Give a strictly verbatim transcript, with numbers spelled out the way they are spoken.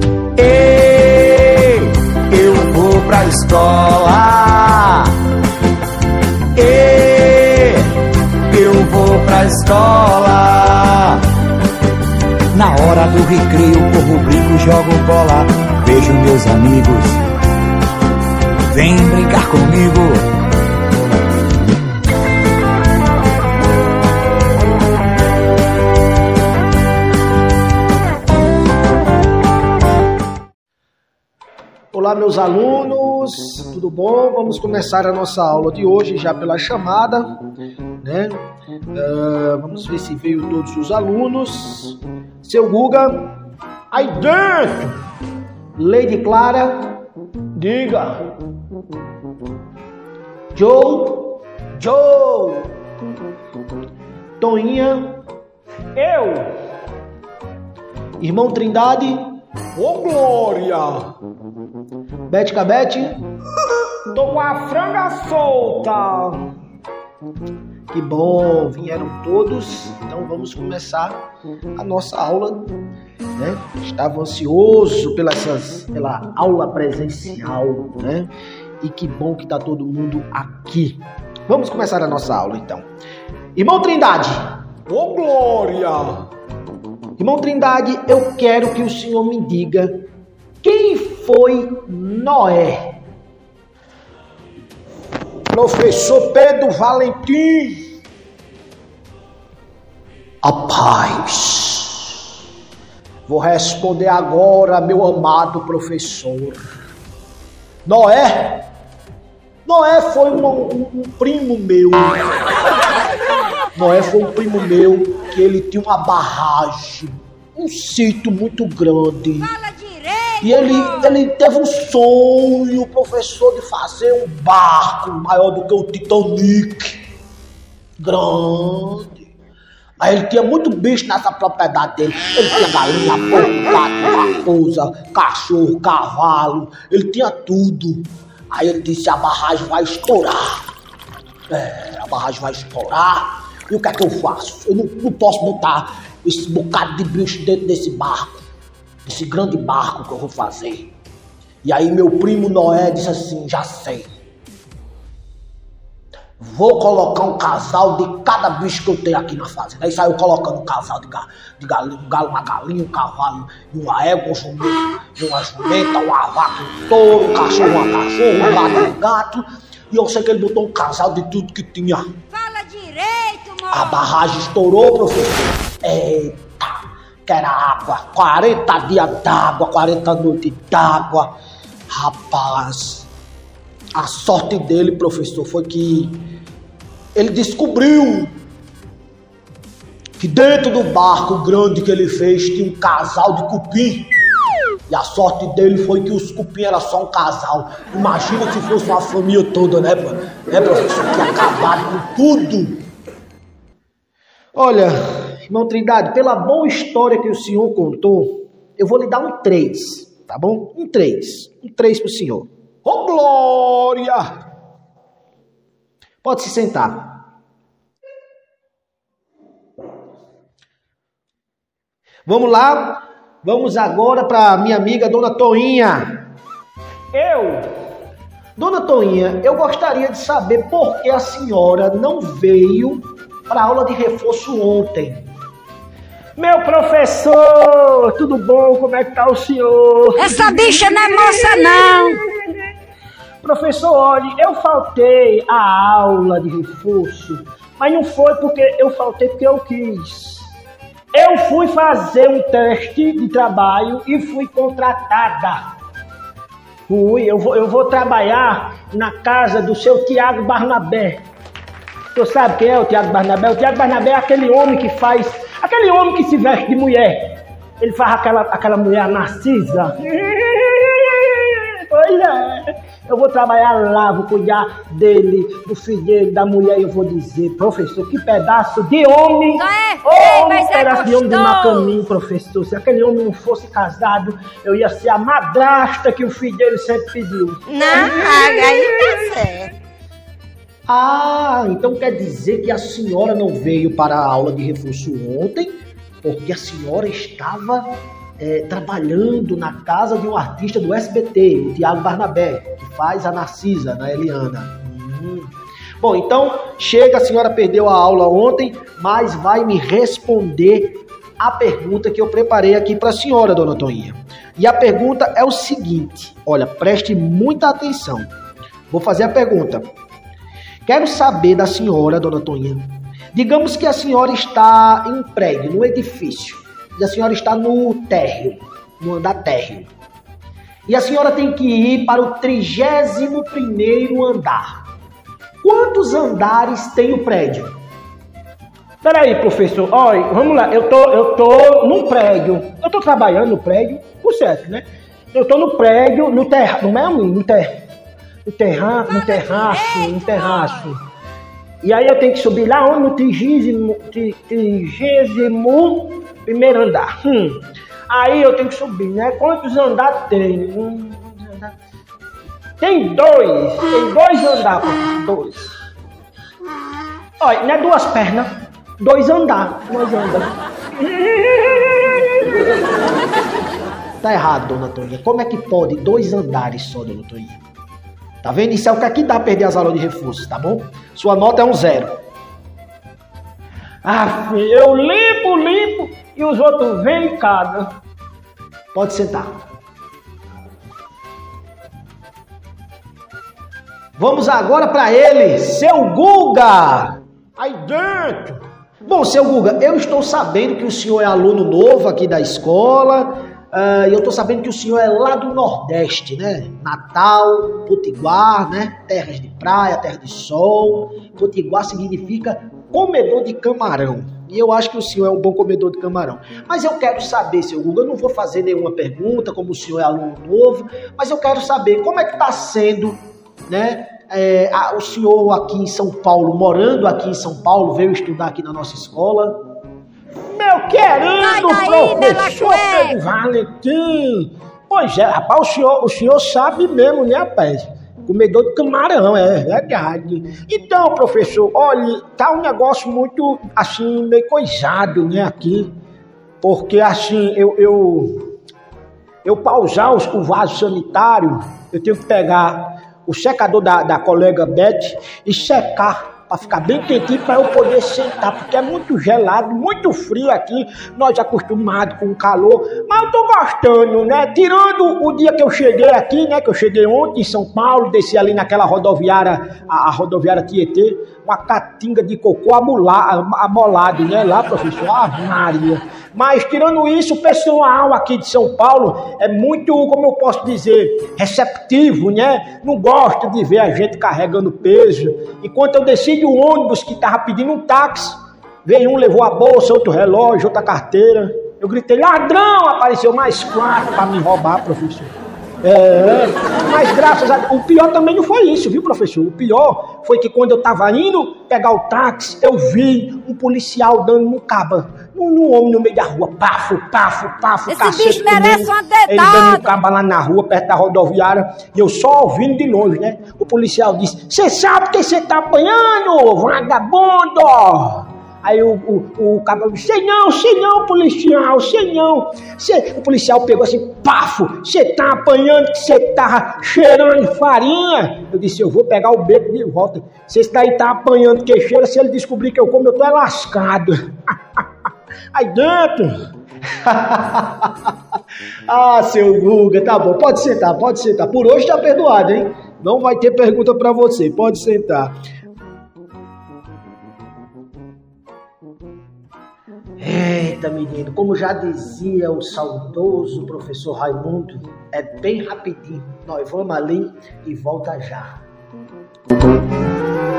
Ei, eu vou pra escola. Ei, eu vou pra escola. Na hora do recreio, corro, brinco, jogo bola. Vejo meus amigos, vem brincar comigo. Olá, meus alunos, tudo bom? Vamos começar a nossa aula de hoje já pela chamada, né? Uh, vamos ver se veio todos os alunos. Seu Guga, aí dentro. Lady Clara, diga. Joe, Joe. Toinha, eu. Irmão Trindade, ô Glória. Bete Cabete, tô com a franga solta. Que bom, vieram todos. Então vamos começar a nossa aula, né? Estava ansioso pela, essas, pela aula presencial, né? E que bom que está todo mundo aqui. Vamos começar a nossa aula então. Irmão Trindade, ô Glória. Irmão Trindade, eu quero que o senhor me diga quem foi Noé. Professor Pedro Valentim. A paz. Vou responder agora, meu amado professor. Noé? Noé foi um, um, um primo meu. Noé foi um primo meu que ele tinha uma barragem, um sítio muito grande. Fala direito! E ele, ele teve um sonho, professor, de fazer um barco maior do que o Titanic. Grande. Aí ele tinha muito bicho nessa propriedade dele. Ele tinha galinha, porco, gato, raposa, cachorro, cavalo. Ele tinha tudo. Aí ele disse, a barragem vai estourar. É, a barragem vai estourar. E o que é que eu faço? Eu não, não posso botar esse bocado de bicho dentro desse barco. Esse grande barco que eu vou fazer. E aí meu primo Noé disse assim, já sei. Vou colocar um casal de cada bicho que eu tenho aqui na fazenda. Aí saiu colocando um casal de, ga, de galinha, um galo, uma galinha, um cavalo, uma égua, um jumento, uma jumenta, uma vaca, um touro, um cachorro, uma cachorro, um gato, um gato. E eu sei que ele botou um casal de tudo que tinha. Fala direito, mano! A barragem estourou, professor. Eita! Que era água, quarenta dias d'água, quarenta noites d'água. Rapaz, a sorte dele, professor, foi que ele descobriu que dentro do barco grande que ele fez tinha um casal de cupim. E a sorte dele foi que os cupim era só um casal. Imagina se fosse uma família toda, né, mano? Né, professor? Que ia acabar com tudo. Olha, irmão Trindade, pela boa história que o senhor contou, eu vou lhe dar um três, tá bom? Um três. Um três pro senhor. Ô, Glória! Pode se sentar. Vamos lá. Vamos agora para minha amiga Dona Toinha. Eu? Dona Toinha, eu gostaria de saber por que a senhora não veio para a aula de reforço ontem. Meu professor, tudo bom? Como é que tá o senhor? Essa bicha não é moça, não! Professor, olha, eu faltei a aula de reforço, mas não foi porque eu faltei porque eu quis. Eu fui fazer um teste de trabalho e fui contratada. Fui, eu vou, eu vou trabalhar na casa do seu Tiago Barnabé. Você sabe quem é o Tiago Barnabé? O Tiago Barnabé é aquele homem que faz, aquele homem que se veste de mulher. Ele faz aquela, aquela mulher narcisa. Pois é. Eu vou trabalhar lá, vou cuidar dele, do filho dele, da mulher, e eu vou dizer, professor, que pedaço de homem! Só é oh, feio, um mas pedaço é de homem de gostoso. macaninho, professor. Se aquele homem não fosse casado, eu ia ser a madrasta que o filho dele sempre pediu. Não, aí tá certo. Ah, então quer dizer que a senhora não veio para a aula de reforço ontem, porque a senhora estava é, trabalhando na casa de um artista do S B T, o Tiago Barnabé, que faz a Narcisa, na Eliana. Hum. Bom, então, chega, a senhora perdeu a aula ontem, mas vai me responder a pergunta que eu preparei aqui para a senhora, dona Toinha. E a pergunta é o seguinte, olha, preste muita atenção. Vou fazer a pergunta. Quero saber da senhora, dona Toinha, digamos que a senhora está em um prédio, num edifício, e a senhora está no térreo, no andar térreo. E a senhora tem que ir para o trigésimo primeiro andar. Quantos andares tem o prédio? Peraí, professor, olha, vamos lá, eu tô, eu tô num prédio, eu tô trabalhando no prédio, por certo, né? Eu tô no prédio, no terraço, não é no ter, no terraço, no terraço, no terraço. E aí eu tenho que subir lá onde, no trigésimo, trigésimo primeiro andar. Hum. Aí eu tenho que subir, né? Quantos andares tem? Um, tem dois, tem dois andares, professor, dois. Olha, não é duas pernas, dois andares, dois andares. Tá errado, dona Toinha. Como é que pode dois andares só, dona Toinha? Tá vendo? Isso é o que aqui dá a perder as aulas de reforço, tá bom? Sua nota é um zero. Ah, filho, eu limpo, limpo e os outros vêm em casa. Pode sentar. Vamos agora para ele, seu Guga. Aí dentro. Bom, seu Guga, eu estou sabendo que o senhor é aluno novo aqui da escola. Uh, eu estou sabendo que o senhor é lá do Nordeste, né? Natal, Potiguar, né? Terras de praia, terra de sol. Potiguar significa comedor de camarão. E eu acho que o senhor é um bom comedor de camarão. Mas eu quero saber, seu Guga, eu não vou fazer nenhuma pergunta, como o senhor é aluno novo, mas eu quero saber como é que está sendo, né? É, a, o senhor aqui em São Paulo, morando aqui em São Paulo, veio estudar aqui na nossa escola. Meu querido professor Pedro Valentim! Pois é, rapaz, o senhor, o senhor sabe mesmo, né, rapaz? Comedor de camarão, é verdade. Então, professor, olha, tá um negócio muito, assim, meio coisado, né, aqui. Porque, assim, eu... eu, eu para usar os, o vaso sanitário, eu tenho que pegar o secador da, da colega Beth e secar para ficar bem quentinho para eu poder sentar, porque é muito gelado, muito frio aqui, nós acostumados com o calor, mas eu tô gostando, né? Tirando o dia que eu cheguei aqui, né? Que eu cheguei ontem em São Paulo, desci ali naquela rodoviária, a, a rodoviária Tietê, uma catinga de cocô amolado, amolado, né? Lá, professor, ah, Maria. Mas tirando isso, o pessoal aqui de São Paulo é muito, como eu posso dizer, receptivo, né? Não gosta de ver a gente carregando peso. Enquanto eu desci do ônibus que estava pedindo um táxi, veio um, levou a bolsa, outro relógio, outra carteira. Eu gritei, ladrão! Apareceu mais quatro para me roubar, professor. É, mas graças a Deus, o pior também não foi isso, viu, professor? O pior foi que quando eu tava indo pegar o táxi, eu vi um policial dando um caba, um, um homem no meio da rua, pafo, pafo, pafo, esse cacete. Bicho merece uma dedada. Ele dando um caba lá na rua, perto da rodoviária, e eu só ouvindo de longe, né? O policial disse, você sabe que você tá apanhando, vagabundo? Aí o, o, o cara disse, sei não, sei não, policial, sei não. Cê, o policial pegou assim, pafo, você tá apanhando que você tá cheirando farinha. Eu disse, eu vou pegar o beco de volta. Se esse daí tá apanhando que cheira, se ele descobrir que eu como, eu tô é lascado. Aí dentro. Ah, seu Guga, tá bom, pode sentar, pode sentar. Por hoje tá perdoado, hein? Não vai ter pergunta pra você, pode sentar. Eita, menino, como já dizia o saudoso professor Raimundo, é bem rapidinho. Nós vamos ali e volta já.